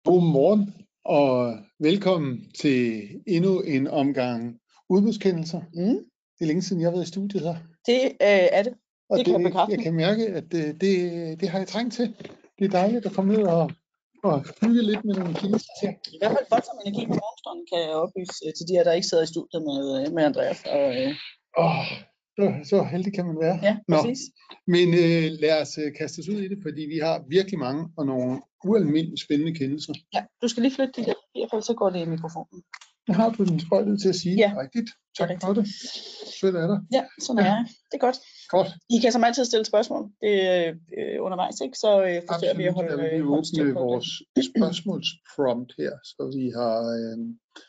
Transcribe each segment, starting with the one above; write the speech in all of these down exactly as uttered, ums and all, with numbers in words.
Godmorgen og velkommen til endnu en omgang udbudskendelser. Mm. Det er længe siden, jeg har været i studiet her. Det øh, er det. Og det, det kan jeg bekræfte. Jeg kan mærke, at det, det, det har jeg trængt til. Det er dejligt at komme ned og, og hygge lidt med nogle kilder her. I hvert fald voldsom energi på morgenstunden, kan jeg oplyse til de her, der ikke sidder i studiet med, med Andreas. Og, øh... oh, så, så heldig kan man være. Ja, præcis. Nå. Men øh, lad os øh, kaste os ud i det, fordi vi har virkelig mange og nogle ualmindeligt spændende kendelser. Ja, du skal lige flytte de her, i hvert fald så går det i mikrofonen. Jeg har du den spøjtet til at sige. Ja. Rigtigt. Tak det for det. Sødt er der. Ja, sådan ja. er det. Det er godt. Godt. I kan som altid stille spørgsmål. Det er øh, undervejs, ikke? Så øh, forsøger vi at holde øh, vi åbne vores spørgsmålsprompt her, så vi har øh,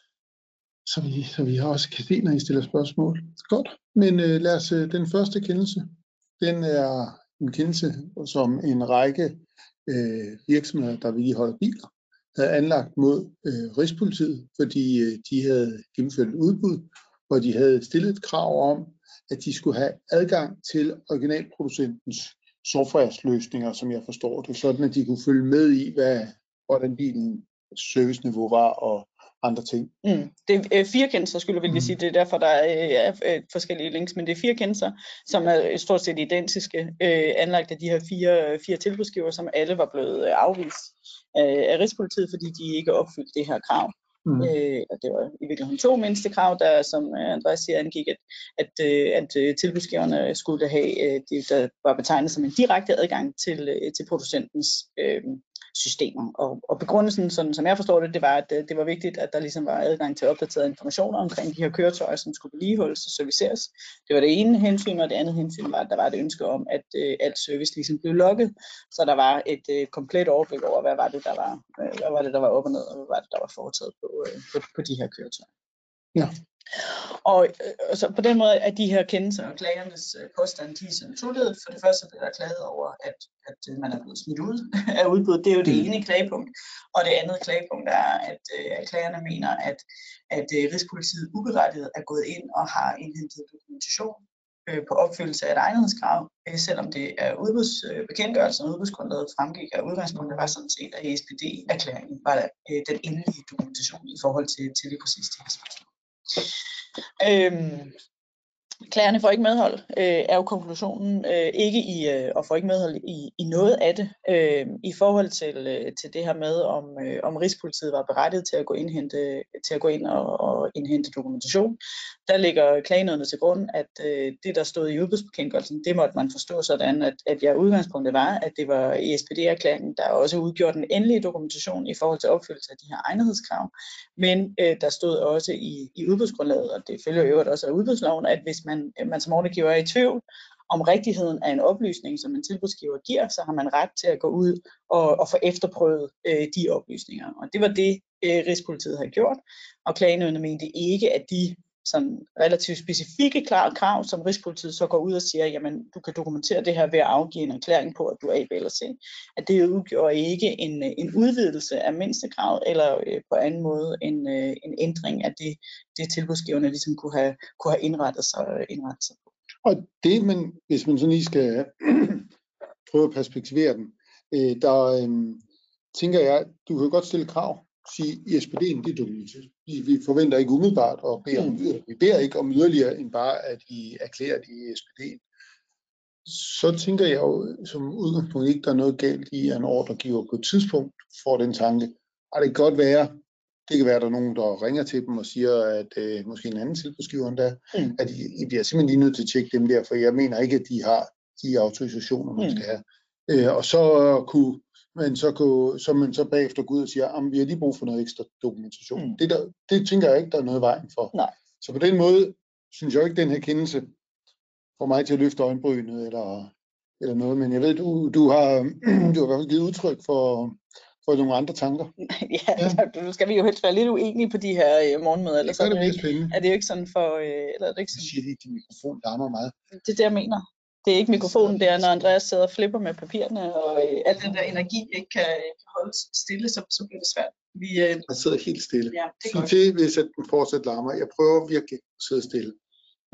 så vi så vi har også kan se, når I stiller spørgsmål. Godt. Men øh, lad os øh, den første kendelse. Den er en kendelse, som en række øh, virksomheder, der vedligeholder biler, havde anlagt mod øh, Rigspolitiet, fordi øh, de havde gennemført et udbud, hvor de havde stillet et krav om, at de skulle have adgang til originalproducentens softwareløsninger, som jeg forstår det, sådan at de kunne følge med i, hvad, hvordan bilens serviceniveau var og andre ting. Mm. Det er øh, fire kendelser, skulle jeg vil sige. Det er derfor, der er, er, er forskellige links, men det er fire kendelser, som er stort set identiske, øh, anlagt af de her fire, fire tilbudsgiver, som alle var blevet afvist øh, af Rigspolitiet, fordi de ikke opfyldte det her krav. Mm. Øh, og det var i virkeligheden to mindste krav, der som Andreas siger angik, at, at, at tilbudsgiverne skulle have det, der var betegnet som en direkte adgang til, til producentens øh, systemer. Og, og begrundelsen, sådan som jeg forstår det, det var, at det var vigtigt, at der ligesom var adgang til opdaterede informationer omkring de her køretøjer, som skulle vedligeholdes og serviceres. Det var det ene hensyn, og det andet hensyn var, at der var et ønske om, at øh, alt service ligesom blev logget, så der var et øh, komplet overblik over, hvad var det, der var, øh, hvad var det, der var op og ned, og hvad var det, der var foretaget på, øh, på, på de her køretøjer. Ja. Og øh, så på den måde er de her kendelser og klagernes øh, påstand, de er sådan toledet. For det første bliver der klaget over, at, at øh, man er blevet smidt ud af udbuddet. Det er jo det ene klagepunkt. Og det andet klagepunkt er, at, øh, at klagerne mener, at, at øh, Rigspolitiet uberettiget er gået ind og har indhentet dokumentation øh, på opfyldelse af et egnethedskrav, øh, selvom det er udbudsbekendtgørelsen og udbudsgrundlaget fremgik af udgangspunktet var sådan set, at E S P D-erklæringen var øh, den endelige dokumentation i forhold til, til lige præcis det her spørgsmål. Øhm, klagerne får ikke medhold, øh, er jo konklusionen, øh, ikke i, øh, og får ikke medhold i, i noget af det, øh, i forhold til, øh, til det her med, om, øh, om Rigspolitiet var berettiget til at gå, indhente, til at gå ind og, og indhente dokumentation. Der ligger klagenødene til grund, at øh, det, der stod i udbudsbekendtgørelsen, det måtte man forstå sådan, at, at ja, udgangspunktet var, at det var E S P D-erklæringen, der også udgjorde den endelige dokumentation i forhold til opfyldelse af de her egnethedskrav. Men øh, der stod også i, i udbudsgrundlaget, og det følger jo også af udbudsloven, at hvis man, man som ordregiver er i tvivl om rigtigheden af en oplysning, som en tilbudsgiver giver, så har man ret til at gå ud og, og få efterprøvet øh, de oplysninger. Og det var det, øh, Rigspolitiet havde gjort, og klagenødene mente ikke, at de sådan relativt specifikke klare krav, som Rigspolitiet så går ud og siger, jamen du kan dokumentere det her ved at afgive en erklæring på, at du er A, B eller C. At det udgjorde ikke en, en udvidelse af mindstekravet, eller øh, på anden måde en, øh, en ændring af det, det tilbudsgiverne ligesom kunne have, kunne have indrettet, sig, indrettet sig på. Og det, man, hvis man sådan lige skal prøve at perspektivere den, øh, der øh, tænker jeg, du kan godt stille krav, sige, E S P D'en, det er dokumenteret. Vi forventer ikke umiddelbart, og beder om, vi beder ikke om yderligere, end bare, at I erklærer det i E S P D'en. Så tænker jeg jo, som udgangspunkt ikke, der er noget galt i, at en ordregiver på et tidspunkt får den tanke, at det kan godt være, det kan være, at der er nogen, der ringer til dem og siger, at øh, måske en anden tilbudsgiver endda, mm. at I, I bliver simpelthen lige nødt til at tjekke dem der, for jeg mener ikke, at de har de autorisationer, man mm. skal have. Øh, og så kunne men så, kunne, så man så bagefter går ud og siger, at vi har lige brug for noget ekstra dokumentation. Mm. Det, der, det tænker jeg ikke, der er noget i vejen for. Nej. Så på den måde synes jeg ikke, den her kendelse får mig til at løfte øjenbrynet eller, eller noget, men jeg ved, du, du har du har i hvert fald givet udtryk for, for nogle andre tanker. Ja, ja. Nu skal vi jo helst være lidt uenige på de her øh, morgenmøder. Ellers det er, det det ikke, er det jo ikke sådan for... Øh, eller er det ikke sådan? Jeg siger lige, at din mikrofon larmer meget. Det er det, jeg mener. Det er ikke mikrofonen, det er, når Andreas sidder og flipper med papirerne, og øh, al den der energi ikke kan, kan holde stille, så, så bliver det svært. Vi, øh... Jeg sidder helt stille. Ja, det Sig til, hvis at den fortsat larmer. Jeg prøver virkelig at sidde stille. Ja.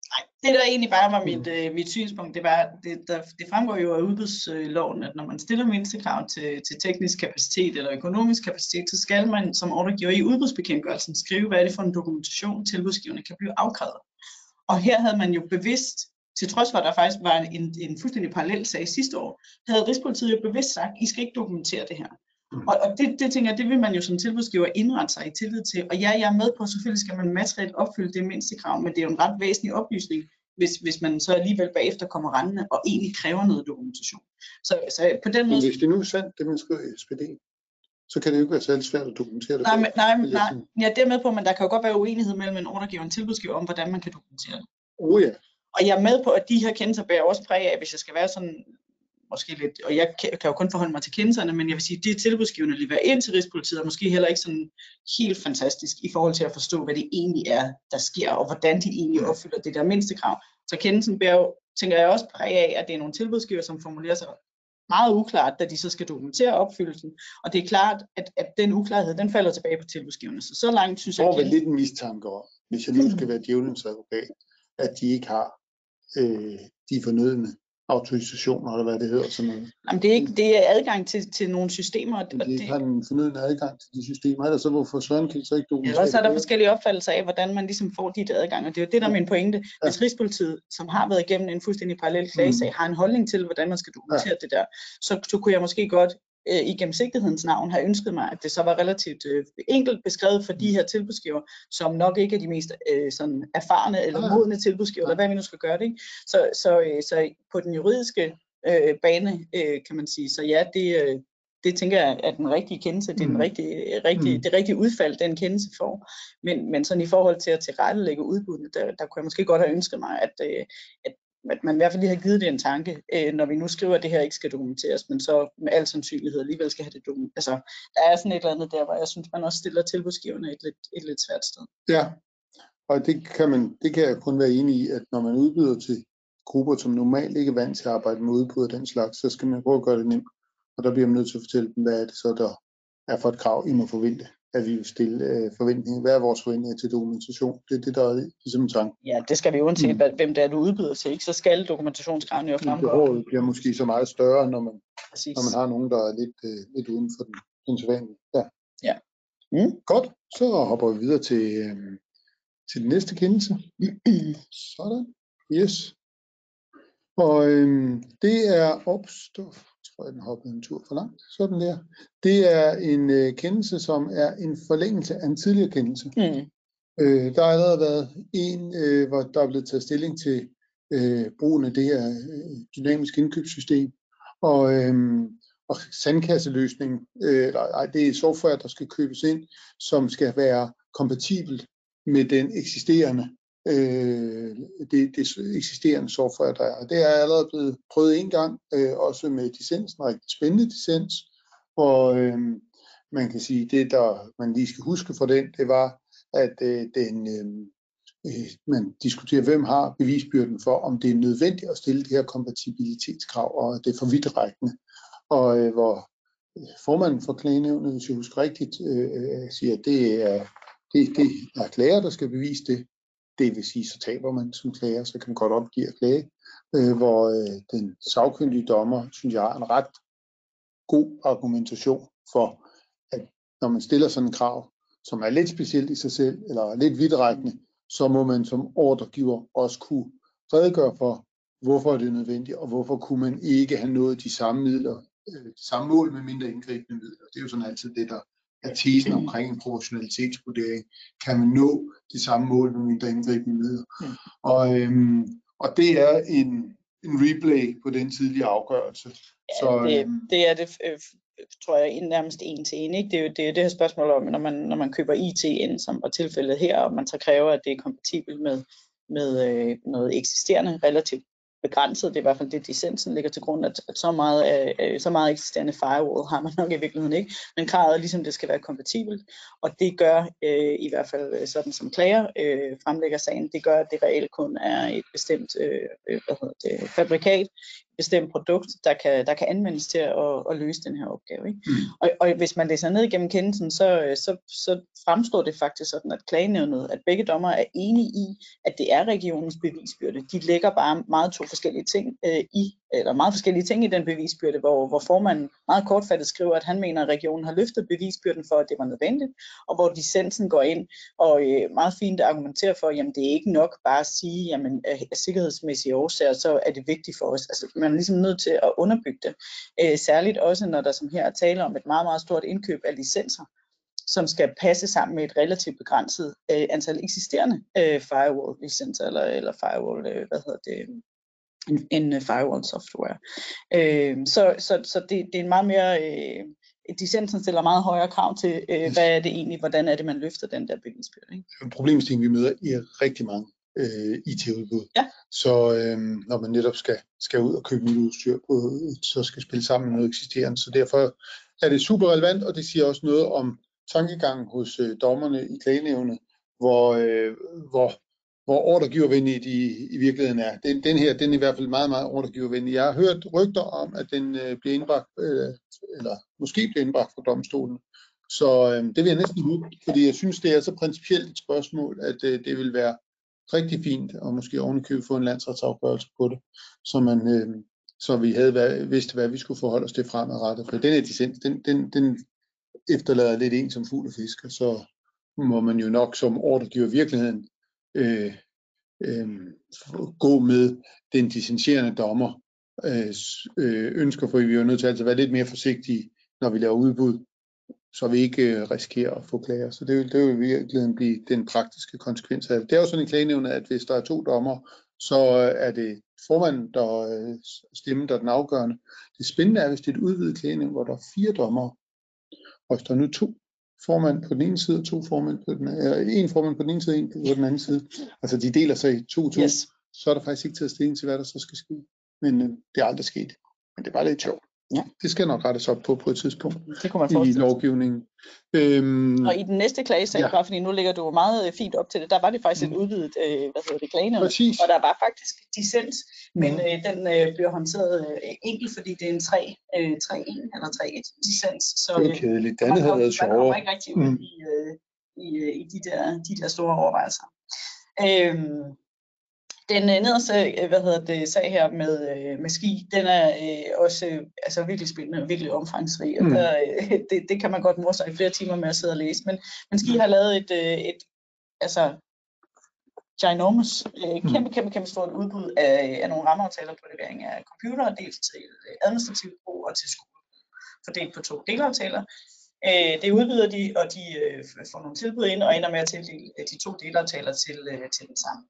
Nej, det der egentlig bare var mit, øh, mit synspunkt, det var, det, der, det fremgår jo af udbudsloven, at når man stiller mindstekrav til, til teknisk kapacitet eller økonomisk kapacitet, så skal man som ordregiver i udbudsbekendtgørelsen skrive, hvad er det for en dokumentation, tilbudsgiverne kan blive afkrævet. Og her havde man jo bevidst, til trods for at der faktisk var en, en fuldstændig parallel sag sidste år, havde Rigspolitiet jo bevidst sagt, I skal ikke dokumentere det her. Og, og det, det tænker jeg, det vil man jo som tilbudsgiver indrette sig i tillid til. Og ja, jeg er med på, at selvfølgelig skal man materielt opfylde det mindstekrav, men det er jo en ret væsentlig oplysning, hvis, hvis man så alligevel bagefter kommer rendende og egentlig kræver noget dokumentation. Så, så på den måde... Men hvis det nu er sandt, det man skriver i S P D, så kan det jo ikke være særlig svært at dokumentere det. Nej, men, nej, nej, ja, det er med på, men der kan jo godt være uenighed mellem en ordregiver og en tilbudsgiver om, hvordan man kan dokumentere det. Oh ja. Og jeg er med på, at de her kendelser bærer også præg af, hvis jeg skal være sådan... måske lidt, og jeg kan jo kun forholde mig til kendelserne, men jeg vil sige, at det tilbudsgivende leverer ind til Rigspolitiet er måske heller ikke sådan helt fantastisk i forhold til at forstå, hvad det egentlig er, der sker, og hvordan de egentlig opfylder det der mindste krav. Så kendelsen bærer jo, tænker jeg også præg af, at det er nogle tilbudsgiver, som formulerer sig meget uklart, da de så skal dokumentere opfyldelsen. Og det er klart, at, at den uklarhed, den falder tilbage på tilbudsgiverne. Så så langt synes jeg... Jeg får vel lidt en mistanke om, hvis jeg nu skal være djævelens advokat, at de ikke har øh, de fornødne autorisationer, eller hvad det hedder, sådan noget. Jamen, det er ikke, det er adgang til, til nogle systemer. Men de ikke har den fornødne adgang til de systemer, eller så hvorfor Søren kan så ikke dokumentere det? Ellers er der forskellige opfattelser af, hvordan man ligesom får dit adgang, og det er jo det, der er min pointe. Hvis Rigspolitiet, som har været igennem en fuldstændig parallel klagesag, har en holdning til, hvordan man skal dokumentere ja. det der, så, så kunne jeg måske godt øh, i gennemsigtighedens navn have ønsket mig, at det så var relativt øh, enkelt beskrevet for de her tilbudsgiver, som nok ikke er de mest øh, sådan erfarne eller modne tilbudsgiver, eller hvad vi nu skal gøre det. Ikke? Så, så, øh, så på den juridiske øh, bane, øh, kan man sige, så ja, det, øh, det tænker jeg er den rigtige kendelse, det er den rigtige, rigtige, mm. det rigtige udfald, den kendelse får. Men, men sådan i forhold til at tilrettelægge udbuddene, der, der kunne jeg måske godt have ønsket mig, at, øh, at at man i hvert fald lige har givet det en tanke, øh, når vi nu skriver, at det her ikke skal dokumenteres, men så med al sandsynlighed alligevel skal have det dokumenteret. Altså, der er sådan et eller andet der, hvor jeg synes, man også stiller tilbudsgiverne et lidt, et lidt svært sted. Ja, og det kan, man, det kan jeg kun være enig i, at når man udbyder til grupper, som normalt ikke er vant til at arbejde med udbud af den slags, så skal man prøve at gøre det nemt. Og der bliver man nødt til at fortælle dem, hvad er det så, der er for et krav, I må forvente, at vi vil stille øh, forventninger. Hvad er vores forventninger til dokumentation? Det er det, der er ligesom en tanke. Ja, det skal vi uanset, mm. hvem det er, du udbyder til, ikke? Så skal dokumentationskravene jo fremgå. Behovet bliver måske så meget større, når man, når man har nogen, der er lidt, øh, lidt uden for den, den sædvanlige. Ja. Ja. Mm. Godt, så hopper vi videre til, øh, til den næste kendelse. Sådan. Yes. Og øh, det er opstof. Jeg tror, jeg den hoppede en tur for langt. Sådan der. Det er en øh, kendelse, som er en forlængelse af en tidligere kendelse. Mm. Øh, der har allerede været en, øh, hvor der er blevet taget stilling til øh, brugen af det her øh, dynamiske indkøbssystem. Og, øh, og sandkasseløsning, øh, nej, det er software, der skal købes ind, som skal være kompatibel med den eksisterende Øh, det, det eksisterende software, der er. Og det er allerede blevet prøvet en gang, øh, også med dissens, en rigtig spændende dissens, og øh, man kan sige, det der man lige skal huske for den, det var, at øh, den, øh, man diskuterer, hvem har bevisbyrden for, om det er nødvendigt at stille det her kompatibilitetskrav, og det er for vidtrækkende. Og øh, hvor formanden for klagenævnet, hvis jeg husker rigtigt, øh, siger, at det er, det, det er klager, der skal bevise det. Det vil sige, så taber man som klager, så kan man godt opgive at klage, øh, hvor øh, den sagkyndige dommer, synes jeg, har en ret god argumentation for, at når man stiller sådan en krav, som er lidt specielt i sig selv, eller lidt vidtrækkende, så må man som ordregiver også kunne redegøre for, hvorfor det er nødvendigt, og hvorfor kunne man ikke have nået de samme midler, øh, de samme mål med mindre indgribende midler. Det er jo sådan altid det, der er tesen omkring en proportionalitetsvurdering. Kan man nå de samme mål med mindre indgribende midler? Mm. Og, øhm, og det er en, en replay på den tidlige afgørelse. Ja, så, det, øhm, det er det, øh, tror jeg, nærmest en til en. Ikke? Det er jo det, er det her spørgsmål om, når man, når man køber I T ind, som var tilfældet her, og man så kræver, at det er kompatibelt med, med øh, noget eksisterende, relativt begrænset. Det er i hvert fald det, dissensen ligger til grund, at, at så, meget, øh, så meget eksisterende firewall har man nok i virkeligheden ikke. Men kravet er ligesom, det skal være kompatibelt, og det gør øh, i hvert fald sådan som klager øh, fremlægger sagen, det gør, at det reelt kun er et bestemt øh, hvad hedder det, fabrikat, bestemt produkt, der kan, der kan anvendes til at, at løse den her opgave. Ikke? Mm. Og, og hvis man læser ned igennem kendelsen, så, så, så fremstår det faktisk sådan, at klagenævnet, at begge dommere er enige i, at det er regionens bevisbyrde. De lægger bare meget to forskellige ting øh, i, eller meget forskellige ting i den bevisbyrde, hvor, hvor formanden meget kortfattet skriver, at han mener, at regionen har løftet bevisbyrden for, at det var nødvendigt, og hvor dissensen går ind og øh, meget fint argumenterer for, jamen det er ikke nok bare at sige, jamen af, af sikkerhedsmæssige årsager, så er det vigtigt for os. Altså man er ligesom nødt til at underbygge det. Øh, særligt også, når der som her er tale om et meget, meget stort indkøb af licenser, som skal passe sammen med et relativt begrænset øh, antal eksisterende øh, firewall-licenser, eller, eller firewall, øh, hvad hedder det, en, en firewall software. Øh, så så, så det, det er en meget mere, øh, dissensen stiller meget højere krav til, øh, hvad er det egentlig, hvordan er det, man løfter den der bevisbyrde. Ikke? Det er en problemstilling, vi møder i rigtig mange øh, I T-udbud. Ja. Så øh, når man netop skal, skal ud og købe nyt udstyr, på, så skal spille sammen med noget eksisterende. Så derfor er det super relevant, og det siger også noget om tankegangen hos øh, dommerne i klagenævnet, hvor, øh, hvor, hvor ordregivervenligt i, i virkeligheden er. Den, den her, den er i hvert fald meget, meget ordregivervenlig. Jeg har hørt rygter om, at den øh, bliver indbragt, øh, eller måske bliver indbragt fra domstolen. Så øh, det vil jeg næsten håbe, fordi jeg synes, det er så principielt et spørgsmål, at øh, det vil være rigtig fint, og måske ovenikøbet få en landsretsafgørelse på det, så, man, øh, så vi havde været, vidst, hvad vi skulle forholde os til fremadrettet. For den her dissens, den, den, den efterlader lidt en som fugl og fisk, og så må man jo nok som ordregiver i virkeligheden øh, øh, gå med den dissentierende dommer øh, ønsker, for vi er jo nødt til at være lidt mere forsigtige, når vi laver udbud, så vi ikke øh, risikerer at få klager. Så det vil, det vil i virkeligheden blive den praktiske konsekvens af det. Det er jo sådan i klagenævnet, at hvis der er to dommer, så er det formanden, der øh, stemmer, der er den afgørende. Det spændende er, hvis det er et udvidet klagenævn, hvor der er fire dommere, og hvis der er nu to formand på den ene side, og to formand på den anden, eller en formand på den ene side, og en på den anden side. Altså de deler sig i to-to, yes. Så er der faktisk ikke taget stilling til, hvad der så skal ske. Men øh, det er aldrig sket. Men det er bare lidt sjovt. Ja. Det skal nok rettes op på på et tidspunkt det kunne man i lovgivningen. Øhm, og i den næste klagesag, ja. Fordi nu ligger du meget fint op til det, der var det faktisk mm. et udvidet øh, hvad hedder det, klagenævn, og der var faktisk dissens, men mm. øh, den øh, bliver håndteret øh, enkelt, fordi det er en tre en eller tre et dissens. Så det er kedeligt. Den havde været sjovere. Man kommer ikke rigtig ud mm. i, øh, i, i de, der, de der store overvejelser. Øhm, Den nederste, hvad hedder det, sag her med, med ski, den er øh, også øh, altså virkelig spændende og virkelig omfangsrig. Og mm. der, øh, det, det kan man godt morse sig i flere timer med at sidde og læse. Men, men Ski har lavet et, øh, et altså, ginormous, øh, kæmpe, kæmpe, kæmpe stort udbud af, af nogle rammeaftaler på levering af computere, dels til administrativt brug og til skole, fordelt på to delaftaler. Øh, det udbyder de, og de øh, får nogle tilbud ind og ender med at tildele de to delaftaler til, øh, til den samme.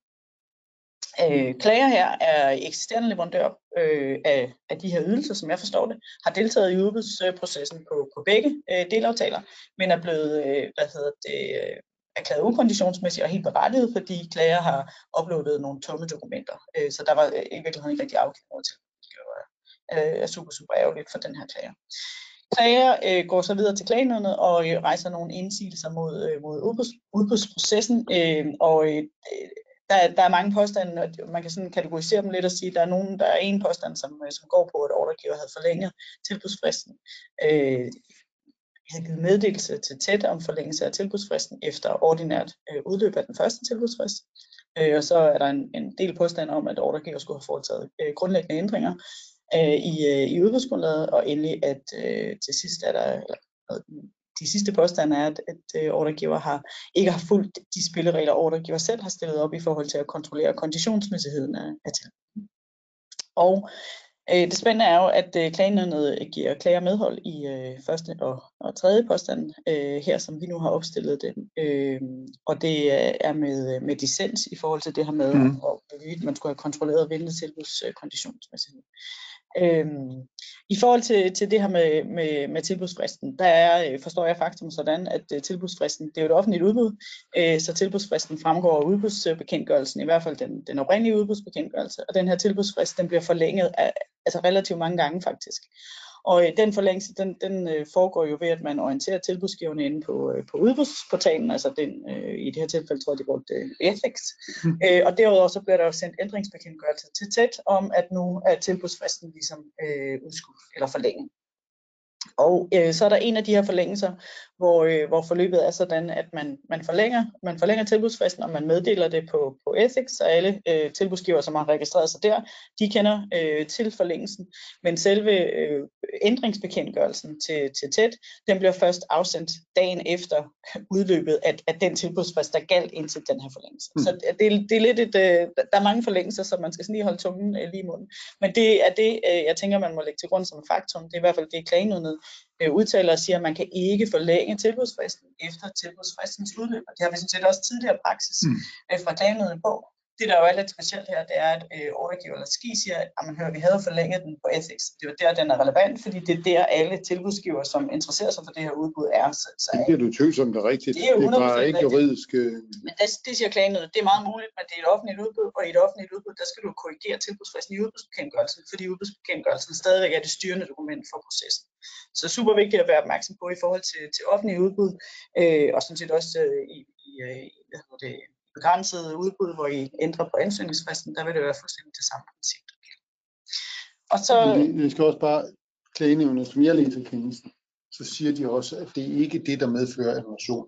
Øh, klager her er eksisterende leverandør øh, af, af de her ydelser, som jeg forstår det, har deltaget i udbudsprocessen på, på begge øh, delaftaler, men er blevet øh, hvad hedder det, øh, erklæret ukonditionsmæssigt og helt berettiget, fordi klager har uploadet nogle tomme dokumenter. Øh, så der var øh, i virkeligheden ikke rigtig afgivet noget til. Det var øh, er super, super ærgerligt for den her klager. Klager øh, går så videre til klagenævnet og øh, rejser nogle indsigelser mod, øh, mod udbuds, udbudsprocessen, øh, og øh, Der, der er mange påstande, og man kan sådan kategorisere dem lidt og sige, at der er nogen, der er en påstand, som, som går på, at ordregiver havde forlænget tilbudsfristen. Øh, havde givet meddelelse til tæt om forlængelse af tilbudsfristen efter ordinært øh, udløb af den første tilbudsfrist. Øh, og så er der en, en del påstande om, at ordregiver skulle have foretaget øh, grundlæggende ændringer øh, i, øh, i udbudsgrundlaget, og endelig at øh, til sidst er der... Eller, De sidste påstande er, at, at ordregiver har, ikke har fulgt de spilleregler, ordregiver selv har stillet op i forhold til at kontrollere konditionsmæssigheden af, af tilbuddet. Og øh, det spændende er jo, at øh, klagenævnet giver klager medhold i øh, første og, og tredje påstand, øh, her som vi nu har opstillet den. Øh, og det er med, med dissens i forhold til det her med, mm. at man skulle have kontrolleret ventende tilbuds øh, konditionsmæssighed. Øhm, I forhold til, til det her med, med, med tilbudsfristen, der er, forstår jeg faktum sådan, at uh, tilbudsfristen, det er jo et offentligt udbud, øh, så tilbudsfristen fremgår af udbudsbekendtgørelsen, i hvert fald den, den oprindelige udbudsbekendtgørelse, og den her tilbudsfrist, den bliver forlænget af, altså relativt mange gange faktisk. Og øh, den forlængelse, den, den øh, foregår jo ved, at man orienterer tilbudsgiverne inde på, øh, på udbudsportalen, altså den, øh, i det her tilfælde tror jeg, det brugte øh, F X. Mm. Øh, og derudover så bliver der jo sendt ændringsbekendtgørelser til tæt om, at nu er tilbudsfristen ligesom øh, udskudt eller forlænget. Og øh, så er der en af de her forlængelser, hvor, øh, hvor forløbet er sådan, at man, man, forlænger, man forlænger tilbudsfristen, og man meddeler det på, på Ethics, og alle øh, tilbudsgivere, som har registreret sig der, de kender øh, til forlængelsen. Men selve øh, ændringsbekendtgørelsen til, til tæt, den bliver først afsendt dagen efter udløbet af, af den tilbudsfrist, der galt indtil den her forlængelse. Mm. Så det, det er lidt et, øh, der er mange forlængelser, så man skal sådan lige holde tungen øh, lige i munden. Men det er det, øh, jeg tænker, man må lægge til grund som faktum. Det er i hvert fald det, klagenødnet øh, udtaler og siger, at man kan ikke forlænge tilbudsfristen efter tilbudsfristens udløb. Det har vi sådan set også tidligere praksis mm. øh, fra klagenødnet på. Det, der jo er lidt specielt her, det er, at øh, ordregiver eller ski siger, at man hører, at vi havde forlænget den på Ethics. Det er jo der, den er relevant, fordi det er der, alle tilbudsgiver, som interesserer sig for det her udbud, er. Så, så det bliver du tvivlsomt, det er rigtigt. Det er, jo det er bare ikke juridisk. Men det, det siger klagenødnet. Det er meget muligt, men det er et offentligt udbud, og i et offentligt udbud, der skal du korrigere tilbudsfristen i udbudsbekendtgørelsen, fordi udbudsbekendtgørelsen stadigvæk er det styrende dokument for processen. Så super vigtigt at være opmærksom på i forhold til, til offentlige udbud, øh, og sådan set også øh, i, i, i hvad hedder det, begrænsede udbud, hvor I ændrer på ansøgningsfristen, der vil det være fuldstændig det samme princip. Og så... Det, det skal også bare klagenævnet, som jeg læser kendelsen, så siger de også, at det ikke er det, der medfører annulation.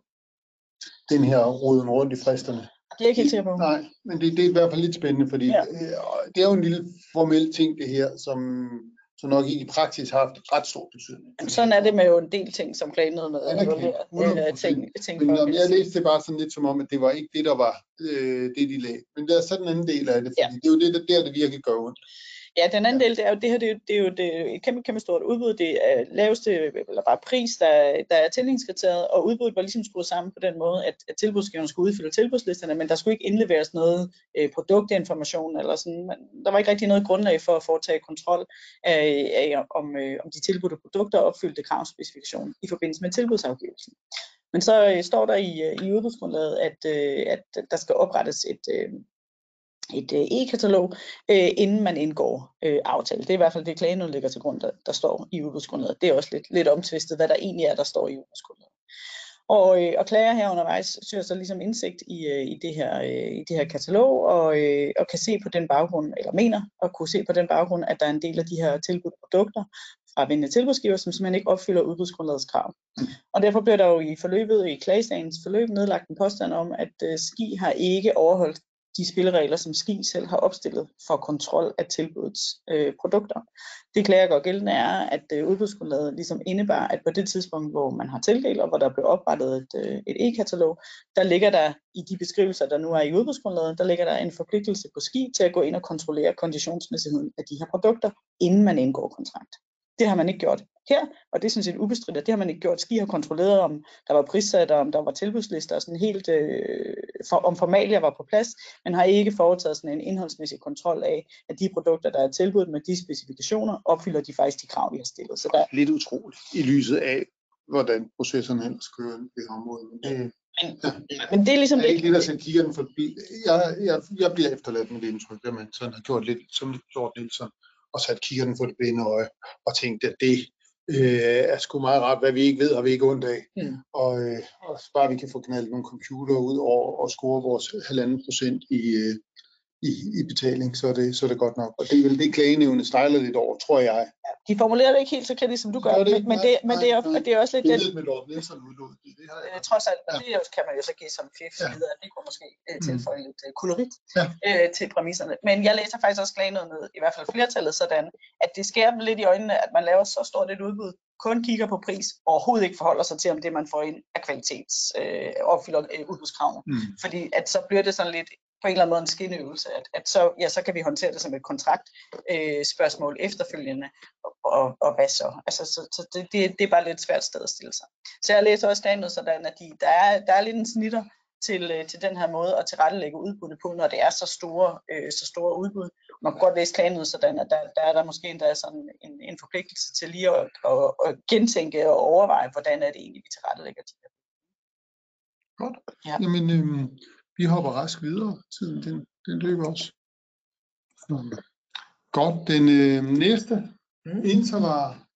Den her roden rundt i fristerne. Det er jeg ikke helt sikker på. Nej, men det, det er i hvert fald lidt spændende, fordi ja. det er jo en lille formel ting, det her, som så nok ikke i praksis har haft ret stor betydning. Sådan er det med jo en del ting, som klagenødnet evaluerer ting, ting men for. Men jeg læste det bare sådan lidt som om, at det var ikke det, der var øh, det, de lagde. Men der er sådan en anden del af det, fordi ja. det er jo det, der, der det virkelig gør ondt. Ja, den anden ja. del, det er jo det her, det er jo, det er jo det, et kæmpe, kæmpe stort udbud. Det er laveste, eller bare pris, der, der er tildækningskriteriet, og udbuddet var ligesom skruet sammen på den måde, at, at tilbudsgiverne skulle udfylde tilbudslisterne, men der skulle ikke indleveres noget øh, produktinformation, eller sådan. Men der var ikke rigtig noget grundlag for at foretage kontrol af, af om, øh, om de tilbudte produkter opfyldte kravspecifikation i forbindelse med tilbudsafgivelsen. Men så øh, står der i, i udbudsgrundlaget, at, øh, at der skal oprettes et... Øh, et øh, e-katalog, øh, inden man indgår øh, aftale. Det er i hvert fald det, klagenødnet ligger til grund, der, der står i udbudsgrundlaget. Det er også lidt, lidt omtvistet, hvad der egentlig er, der står i udbudsgrundlaget. Og, øh, og klager her undervejs søger så ligesom indsigt i, øh, i, det her, øh, i det her katalog, og, øh, og kan se på den baggrund, eller mener at kunne se på den baggrund, at der er en del af de her tilbudte produkter fra vindende tilbudsgiver, som simpelthen ikke opfylder udbudsgrundlagets krav. Og derfor bliver der jo i forløbet, i klagesagens forløb, nedlagt en påstand om, at øh, Ski har ikke overholdt de spilleregler, som Ski selv har opstillet for kontrol af tilbudets øh, produkter. Det klager går gældende er, at øh, udbudsgrundlaget ligesom indebar, at på det tidspunkt, hvor man har tildelt, og hvor der blev oprettet et, øh, et e-katalog, der ligger der i de beskrivelser, der nu er i udbudsgrundlaget, der ligger der en forpligtelse på Ski til at gå ind og kontrollere konditionsmæssigheden af de her produkter, inden man indgår kontrakt. Det har man ikke gjort her, og det er sådan set ubestridt, at det har man ikke gjort. Ski har kontrolleret, om der var prissat, om der var tilbudslister, og sådan helt, øh, for, om formalier var på plads, men har ikke foretaget sådan en indholdsmæssig kontrol af, at de produkter, der er tilbudt med de specifikationer, opfylder de faktisk de krav, vi har stillet. Så der... Lidt utroligt i lyset af, hvordan processerne ellers kører i det her område. Men, men, ja. men det er ligesom det. Jeg er ikke lidt at sætte kiggerne forbi. Jeg, jeg, jeg bliver efterladt med det indtryk, at man sådan har gjort lidt, som gjort lidt sådan, og sat kiggerne for det blinde øje, og tænkte, at det øh, er sgu meget rart, hvad vi ikke ved, har vi ikke ondt af. Mm. Og, øh, og bare vi kan få knaldt nogle computer ud over og score vores halvanden procent i, øh, i, i betaling, så er, det, så er det godt nok. Og det er vel det, klagenævnet stejler lidt over, tror jeg. Ja, de formulerer det ikke helt så kritisk, som du gør, det, men, men, det, men det, er, nej, det er også lidt... Det er med Lord Nielsen udlod. Det, det har jeg. Øh, trods alt, ja. Det kan man jo så give som fif, ja. Videre, det kunne måske øh, tilføje mm. lidt øh, kolorit ja. øh, til præmisserne. Men jeg læser faktisk også klagenævnet, i hvert fald flertallet, sådan, at det skærer dem lidt i øjnene, at man laver så stort et udbud, kun kigger på pris, og overhovedet ikke forholder sig til, om det, man får ind, er kvalitets, øh, opfylder øh, udbudskravene. Mm. Fordi at så bliver det sådan lidt på en eller anden måde en skinøvelse, at, at så, ja, så kan vi håndtere det som et kontrakt øh, spørgsmål efterfølgende, og, og, og hvad så? Altså, så, så det, det, det er bare lidt svært sted at stille sig. Så jeg læser også klagenødnet sådan, at de, der, er, der er lidt en snitter til, til den her måde at tilrettelægge udbuddet på, når det er så store, øh, så store udbud. Man kan godt læse klagenødnet sådan, at der, der er der måske endda sådan en, en forpligtelse til lige at, at, at gentænke og overveje, hvordan er det egentlig, vi tilrettelægger de her. Godt. Ja. Jamen, øhm, vi hopper rask videre. Tiden den, den løber også. Godt. Den øh, næste mm. Intervar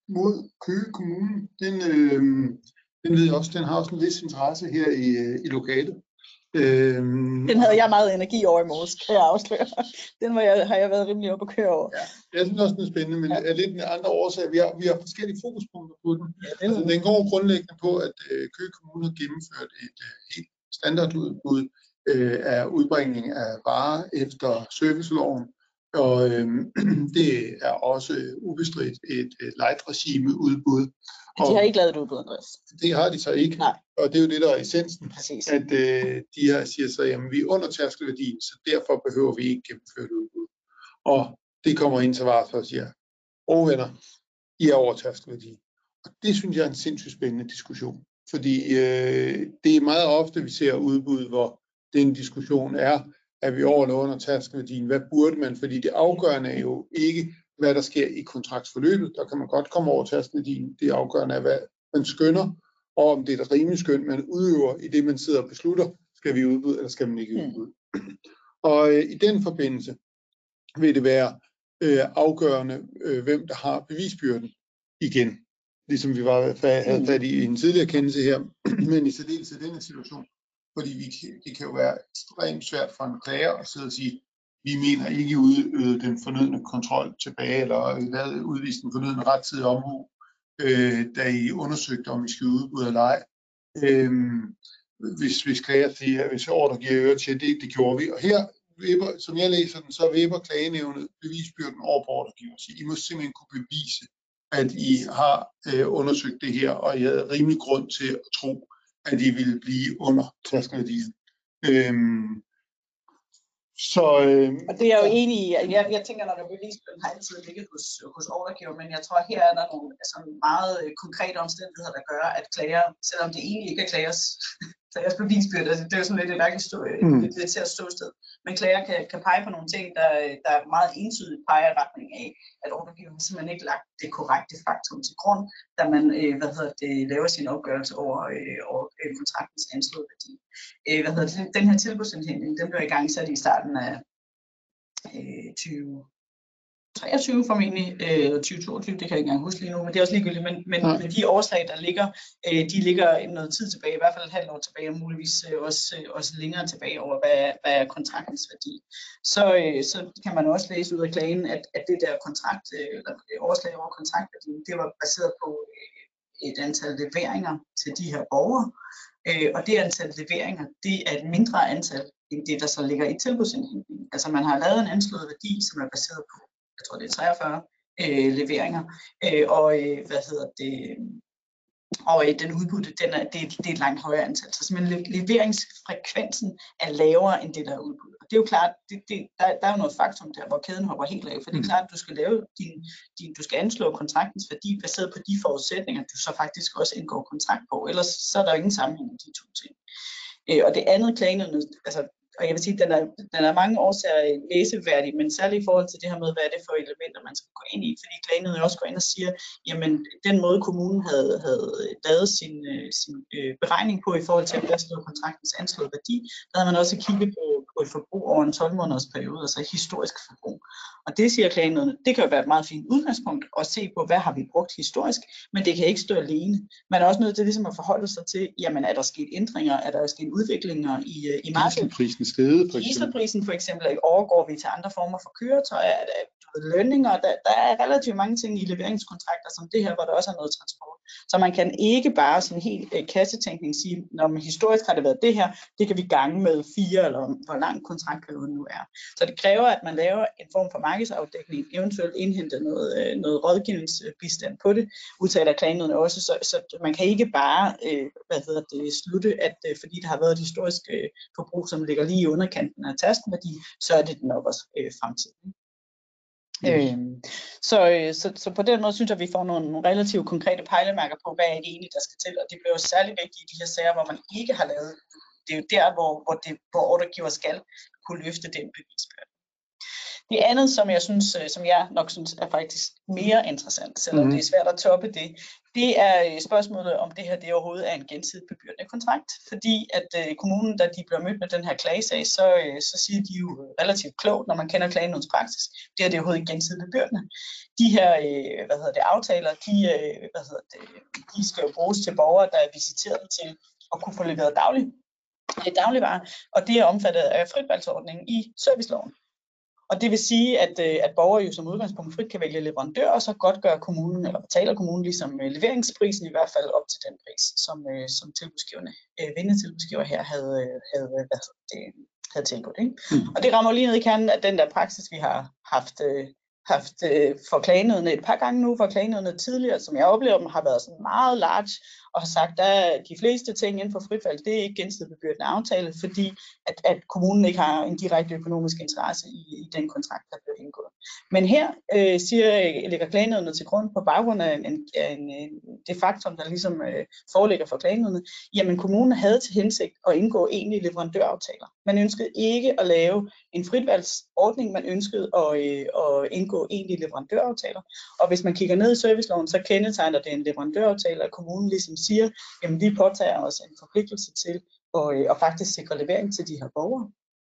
mod Køge Kommune, den, øh, den ved jeg også, den har også en vis interesse her i, i lokalet. Øhm, den havde jeg meget energi over i morges, kan jeg afsløre. Den var jeg, har jeg været rimelig oppe at køre over. Ja, jeg synes også, den er spændende, men ja. Det er lidt en andre årsag. Vi har, vi har forskellige fokuspunkter på den. Ja, altså, den går grundlæggende på, at øh, Køge Kommune har gennemført et øh, helt standardudbud øh, af udbringning af varer efter serviceloven. Og øh, det er også ubestridt et, et light regime udbud. De har ikke lavet et udbud, Andreas. Det har de så ikke. Nej. Og det er jo det, der er essensen. Præcis. At øh, de her siger så, jamen vi er under tærskelværdien, så derfor behøver vi ikke gennemføre et udbud. Og det kommer ind til varet og siger, åh venner, I er over tærskelværdien. Og det synes jeg er en sindssygt spændende diskussion. Fordi øh, det er meget ofte, vi ser udbud, hvor den diskussion er, er vi over eller under tærskelværdien? Hvad burde man? Fordi det afgørende er jo ikke, hvad der sker i kontraktsforløbet. Der kan man godt komme over tærskelværdien. Det afgørende er, hvad man skønner, og om det er et rimeligt skøn, man udøver i det, man sidder og beslutter, skal vi udbud, eller skal man ikke udbud. Mm. Og øh, i den forbindelse vil det være øh, afgørende, øh, hvem der har bevisbyrden igen. Ligesom vi var, havde fat i en tidligere kendelse her, men i særdeleshed i denne situation, fordi vi, det kan jo være ekstremt svært for en klager at sidde og sige, vi mener ikke udøvet den fornødne kontrol tilbage, eller lavet udvist den fornødne rettidig omhu, øh, da I undersøgte, om vi skal udbyde eller ej. Øh, hvis, hvis klager siger, hvis ordre giver øre til, det, det gjorde vi. Og her, vipper, som jeg læser den, så vipper klagenævnet bevisbyrden over på ordregiver. Så I må simpelthen kunne bevise, at I har øh, undersøgt det her, og I havde rimelig grund til at tro, at I ville blive under tærskelværdien. Øhm, så, øh, og det er jeg jo enig i. Jeg, jeg tænker, når der bevisbyrden har altid ligget hos, hos ordregiver, men jeg tror, her er der nogle altså, meget konkrete omstændigheder, der gør, at klager, selvom det egentlig ikke er klagers, klagers bevisbyrde, altså, det er jo sådan lidt et mærkeligt stå, mm. lidt, lidt til at ståsted, men klager kan, kan pege på nogle ting, der, der meget entydigt peger i retning af, at ordregiveren simpelthen ikke lagt det korrekte faktum til grund, da man øh, hvad hedder det, laver sin opgørelse over, øh, over øh, kontraktens anslåede værdi. Øh, hvad hedder det, den her tilbudsindhentning, den blev i gang sat i starten af øh, tyve treogtyve formentlig, eller øh, tyve toogtyve, det kan jeg ikke engang huske lige nu, men det er også ligegyldigt, men, men, men de årslag, der ligger, øh, de ligger noget tid tilbage, i hvert fald et halvt år tilbage, og muligvis øh, også, øh, også længere tilbage over, hvad, hvad er kontraktens værdi. Så, øh, så kan man også læse ud af klagen, at, at det der kontrakt, øh, eller årslag over kontraktværdien, det var baseret på øh, et antal leveringer til de her borgere, øh, og det antal leveringer, det er et mindre antal, end det, der så ligger i tilbudsindhentningen. Altså man har lavet en anslået værdi, som er baseret på, jeg tror det er treogfyrre øh, leveringer, øh, og øh, hvad hedder det, og øh, den udbudte, den er, det, det er et langt højere antal, så simpelthen leveringsfrekvensen er lavere end det, der er udbuddet. Og det er jo klart, det, det, der, der er jo noget faktum der, hvor kæden hopper helt af, for det er klart, at du skal lave din, din, du skal anslå kontraktens værdi baseret på de forudsætninger, du så faktisk også indgår kontrakt på, ellers så er der jo ingen sammenhæng i de to ting. Øh, og det andet klagenævnet, altså og jeg vil sige, at den er, den er mange årsager læseværdig, men særligt i forhold til det her med, hvad er det for elementer, man skal gå ind i, fordi klagenævnet også går ind og siger, jamen den måde kommunen havde, havde lavet sin, sin øh, beregning på i forhold til at fastslå kontraktens anslåede værdi, der havde man også kigget på, på et forbrug over en tolv måneders periode, altså et historisk forbrug. Og det siger klagenævnet, det kan jo være et meget fint udgangspunkt at se på, hvad har vi brugt historisk, men det kan ikke stå alene. Man er også nødt til ligesom at forholde sig til, jamen er der sket ændringer, er der sket udviklinger i, i markedet? Stedet, for Dieselprisen for eksempel, overgår vi til andre former for køretøjer, er der, lønninger, der, der er relativt mange ting i leveringskontrakter som det her, hvor der også er noget transport. Så man kan ikke bare sådan helt øh, kassetænkning sige, når man historisk har det været det her, det kan vi gange med fire, eller hvor lang kontraktperioden nu er. Så det kræver, at man laver en form for markedsafdækning, eventuelt indhenter noget, øh, noget rådgivningsbistand på det, udtaler klagenævnet også, så, så man kan ikke bare øh, hvad hedder det, slutte, at øh, fordi der har været et historisk øh, forbrug, som ligger lige i underkanten af tærskelværdi, så er det nok også øh, fremtiden. Mm. Øhm, så, så, så på den måde synes jeg, at vi får nogle, nogle relativt konkrete pejlemærker på, hvad er det egentlig, der skal til, og det bliver jo særlig vigtigt i de her sager, hvor man ikke har lavet. Det er jo der, hvor, hvor, det, hvor ordregiver skal kunne løfte den bevisbyrde. Det andet, som jeg synes, øh, som jeg nok synes er faktisk mere interessant, selvom Mhm. det er svært at toppe det, det er øh, spørgsmålet om det her det overhovedet er en gensidigt bebyrdende kontrakt. Fordi at øh, kommunen, da de bliver mødt med den her klagesag, så, øh, så siger de jo relativt klogt, når man kender klagenødens praksis, det her det er overhovedet ikke gensidigt bebyrdende. De her øh, hvad hedder det, aftaler, de, øh, hvad hedder det, de skal jo bruges til borgere, der er visiteret til at kunne få leveret daglig, dagligvarer, og det er omfattet af fritvalgsordningen i serviceloven. Og det vil sige, at, at borgere jo som udgangspunkt frit kan vælge leverandør, og så godt gør kommunen, eller betaler kommunen ligesom leveringsprisen i hvert fald op til den pris, som, som tilbudsgiverne, vindetilbudsgiver her havde, havde, hvad det, havde tilbudt. Ikke? Mm. Og det rammer lige ned i kernen af den der praksis, vi har haft, haft for klagenødene et par gange nu, for klagenødene tidligere, som jeg oplever dem, har været sådan meget large, og har sagt, at de fleste ting inden for fritvalg, det er ikke gensidigt bebyrdende aftale, fordi at, at kommunen ikke har en direkte økonomisk interesse i, i den kontrakt, der bliver indgået. Men her øh, siger, lægger klagenødene til grund på baggrund af en, en, en, det faktum, der ligesom øh, foreligger for klagenødene, jamen kommunen havde til hensigt at indgå egentlige leverandøraftaler. Man ønskede ikke at lave en fritvalgsordning, man ønskede at, øh, at indgå egentlige leverandøraftaler. Og hvis man kigger ned i serviceloven, så kendetegner det en leverandøraftale, at kommunen ligesom siger, jamen vi påtager os en forpligtelse til at, øh, at faktisk sikre levering til de her borgere.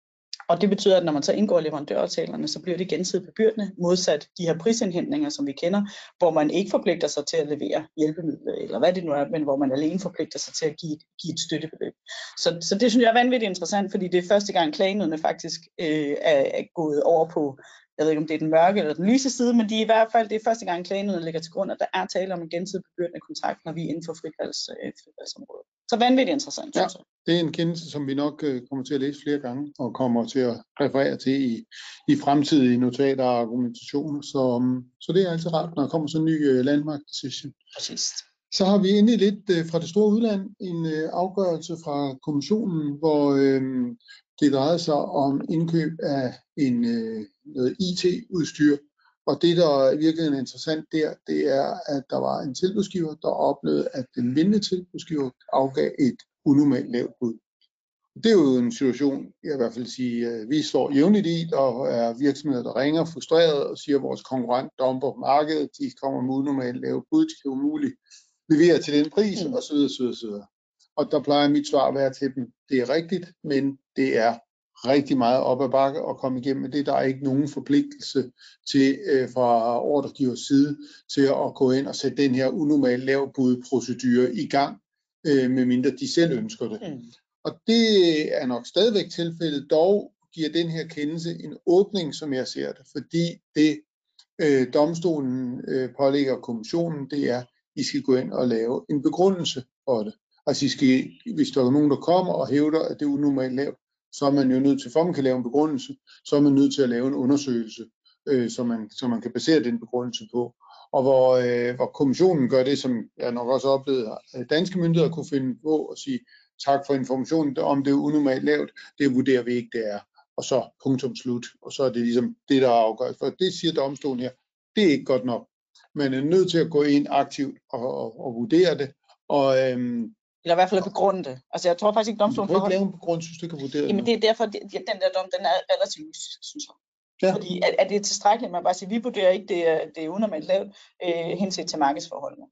Og det betyder, at når man så indgår leverandøraftalerne, så bliver det gensidigt bebyrdende, modsat de her prisindhentninger, som vi kender, hvor man ikke forpligter sig til at levere hjælpemidler, eller hvad det nu er, men hvor man alene forpligter sig til at give, give et støttebeløb. Så, så det synes jeg er vanvittigt interessant, fordi det er første gang klagenødene faktisk øh, er, er gået over på, jeg ved ikke om det er den mørke eller den lyse side, men de er i hvert fald, det er første gang klagenødene ligger til grund, at der er tale om en gensidigt bebyrdende kontrakt, når vi er inden for fritvalgs, øh, fritvalgsområdet. Så vanvittigt interessant, ja, synes jeg. Det er en kendelse, som vi nok øh, kommer til at læse flere gange, og kommer til at referere til i, i fremtidige notater og argumentationer. Så, um, så det er altid rart, når der kommer sådan en ny øh, landmark decision. Præcis. Så har vi endelig lidt øh, fra det store udland en øh, afgørelse fra kommissionen, hvor øh, det drejede sig om indkøb af en, øh, noget I T-udstyr. Og det, der er virkelig interessant der, det er, at der var en tilbudsgiver, der oplevede, at den vindende tilbudsgiver afgav et unormalt lavt bud. Det er jo en situation, jeg i hvert fald sige, at vi står jævnligt i, der er virksomheder, der ringer frustreret og siger, at vores konkurrent dumper markedet, de kommer med unormalt lavt bud, de kan umuligt levere til den pris, mm. osv. osv., osv. Og der plejer mit svar at være til dem, det er rigtigt, men det er rigtig meget op ad bakke at komme igennem med det. Der er ikke nogen forpligtelse til øh, fra ordregivers side til at gå ind og sætte den her unormalt lavbudprocedure i gang, øh, medmindre de selv ønsker det. Mm. Og det er nok stadigvæk tilfældet, dog giver den her kendelse en åbning, som jeg ser det, fordi det øh, domstolen øh, pålægger kommissionen, det er, I skal gå ind og lave en begrundelse for det. Altså I skal, hvis der er nogen, der kommer og hævder, at det er unormalt lavt, så er man jo nødt til, for man kan lave en begrundelse, så er man nødt til at lave en undersøgelse, øh, så, man, så man kan basere den begrundelse på. Og hvor, øh, hvor kommissionen gør det, som jeg nok også oplevede, at danske myndigheder kunne finde på at sige, tak for informationen, om det er unormalt lavt, det vurderer vi ikke, det er. Og så punktum slut. Og så er det ligesom det, der er afgørende. For det siger domstolen her, det er ikke godt nok. Man er nødt til at gå ind aktivt og, og, og vurdere det. Og, øhm, eller i hvert fald at begrunde det. Altså jeg tror faktisk ikke, domstolen får... Du kan ikke lave en begrundelse, hvis du kan vurdere det. Jamen det er derfor, at den der dom, den er relativt, synes jeg. Ja. Fordi at, at det er tilstrækkeligt, man bare siger, vi vurderer ikke, det er, det er unormalt lavt, øh, henset til markedsforholdene.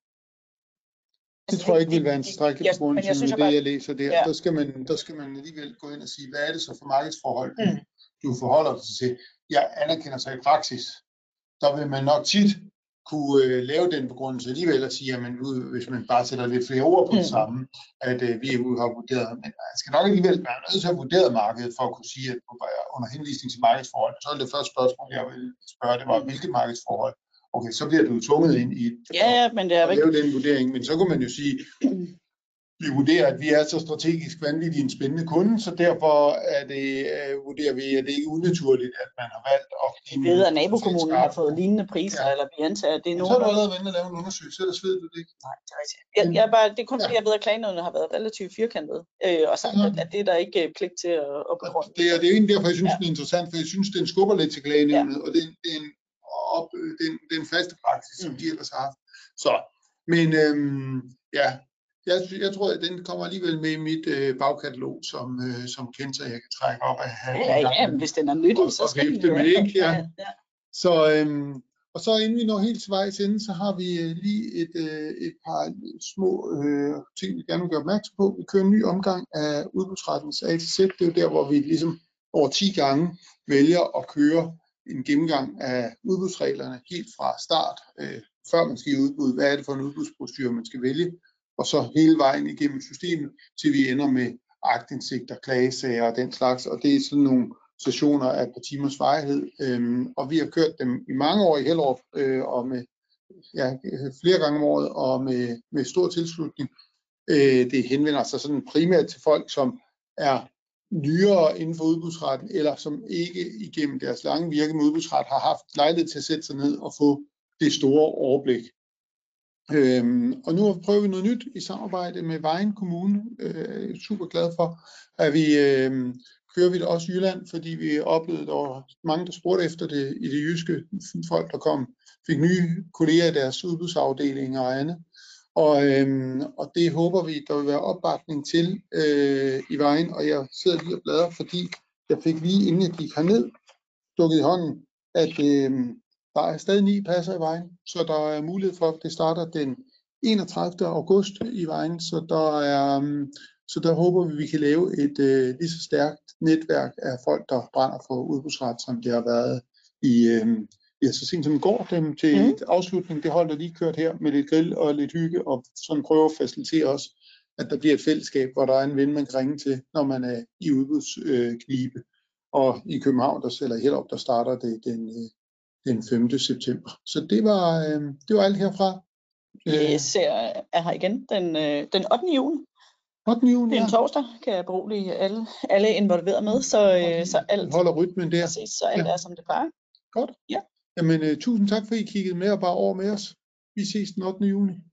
Det altså, tror jeg ikke vil være en tilstrækkelig begrundelse med det, bare... jeg læser der. Ja. Der, skal man, der skal man alligevel gå ind og sige, hvad er det så for markedsforhold, mm. du forholder dig til. Jeg anerkender sig i praksis. Der vil man nok tit kunne øh, lave den begrundelse alligevel og sige, at man, hvis man bare sætter lidt flere ord på mm. det samme, at øh, vi har vurderet. Men man skal nok alligevel være nødt til at have vurderet markedet for at kunne sige, at under henvisning til markedsforhold, så er det første spørgsmål, jeg vil spørge, det var, mm. hvilke markedsforhold? Okay, så bliver du tvunget ind i ja, ja, men det er at lave den vurdering, men så kunne man jo sige, vi vurderer, at vi er så strategisk vanvittigt en spændende kunde, så derfor er det, uh, vurderer vi, at det ikke er unaturligt, at man har valgt at... Vi ved, at nabokommunen har fået lignende priser, ja. Eller vi antager, at det er nogen... Så er du allerede vendt at lave en undersøgelse, ellers ved du det ikke. Nej, det er rigtigt. Jeg, jeg er bare, det er kun fordi, ja. Jeg ved, at klagenødene har været relativt firkantet, øh, og sagt, ja. at, at det er der ikke pligt til at, at begrunde. Det er, det er jo egentlig derfor, jeg synes, ja. Det er interessant, for jeg synes, den skubber lidt til klagenødene, ja. Og det, det er en op den, den faste praksis, som de ellers har haft. Så, men øhm, ja, Jeg, jeg tror, at den kommer alligevel med i mit øh, bagkatalog som, øh, som kendt, jeg kan trække op af. Ja, ja, men hvis den er nyttig, og, så og skal den vifte jo med, være. ikke? Ja. Ja, ja. Så, øhm, og så inden vi når helt til vejs ende, så har vi øh, lige et, øh, et par små øh, ting, vi gerne vil gøre opmærksom på. Vi kører en ny omgang af udbudsrettens A til Z. Det er jo der, hvor vi ligesom over ti gange vælger at køre en gennemgang af udbudsreglerne helt fra start, øh, før man skal i udbud. Hvad er det for en udbudsprocedure, man skal vælge? Og så hele vejen igennem systemet, til vi ender med aktindsigter, klagesager og den slags. Og det er sådan nogle sessioner af et par timers varighed, øhm, og vi har kørt dem i mange år i Hellerup, øh, og med ja, flere gange om året, og med, med stor tilslutning. Øh, det henvender sig sådan primært til folk, som er nyere inden for udbudsretten, eller som ikke igennem deres lange virke med udbudsret har haft lejlighed til at sætte sig ned og få det store overblik. Øhm, og nu prøver vi noget nyt i samarbejde med Vejen Kommune. Øh, jeg er super glad for, at vi øh, kører vi det også i Jylland, fordi vi oplevede, at der var mange, der spurgte efter det i det jyske. Folk, der kom, fik nye kolleger i deres udbudsafdelinger og andet. Og, øhm, og det håber vi, der vil være opbakning til øh, i Vejen. Og jeg sidder lige og bladrer, fordi jeg fik lige inden jeg gik herned, stukket i hånden, at øh, der er stadig ni pladser i Vejen, så der er mulighed for, at det starter den enogtredivte august i Vejen, så der er, så der håber vi, vi kan lave et øh, lige så stærkt netværk af folk, der brænder for udbudsret, som det har været i, øh, ja, så sent som i går, dem til mm. et afslutning, det hold, der lige kørt her med lidt grill og lidt hygge, og sådan prøver at facilitere også, at der bliver et fællesskab, hvor der er en ven, man kan ringe til, når man er i udbudsknibe. Øh, og i København, der eller Hellerup, der starter det den, den femte september. Så det var, øh, det var alt herfra. Jeg ser, er her igen den, øh, den ottende juni. ottende juni, det er en ja. torsdag, kan jeg berolige alle, alle involveret med, så, øh, så alt, holder rytmen der. Præcis, så alt ja. er, som det plejer. Godt. Ja. Jamen, uh, tusind tak, for I kiggede med og bare over med os. Vi ses den ottende juni.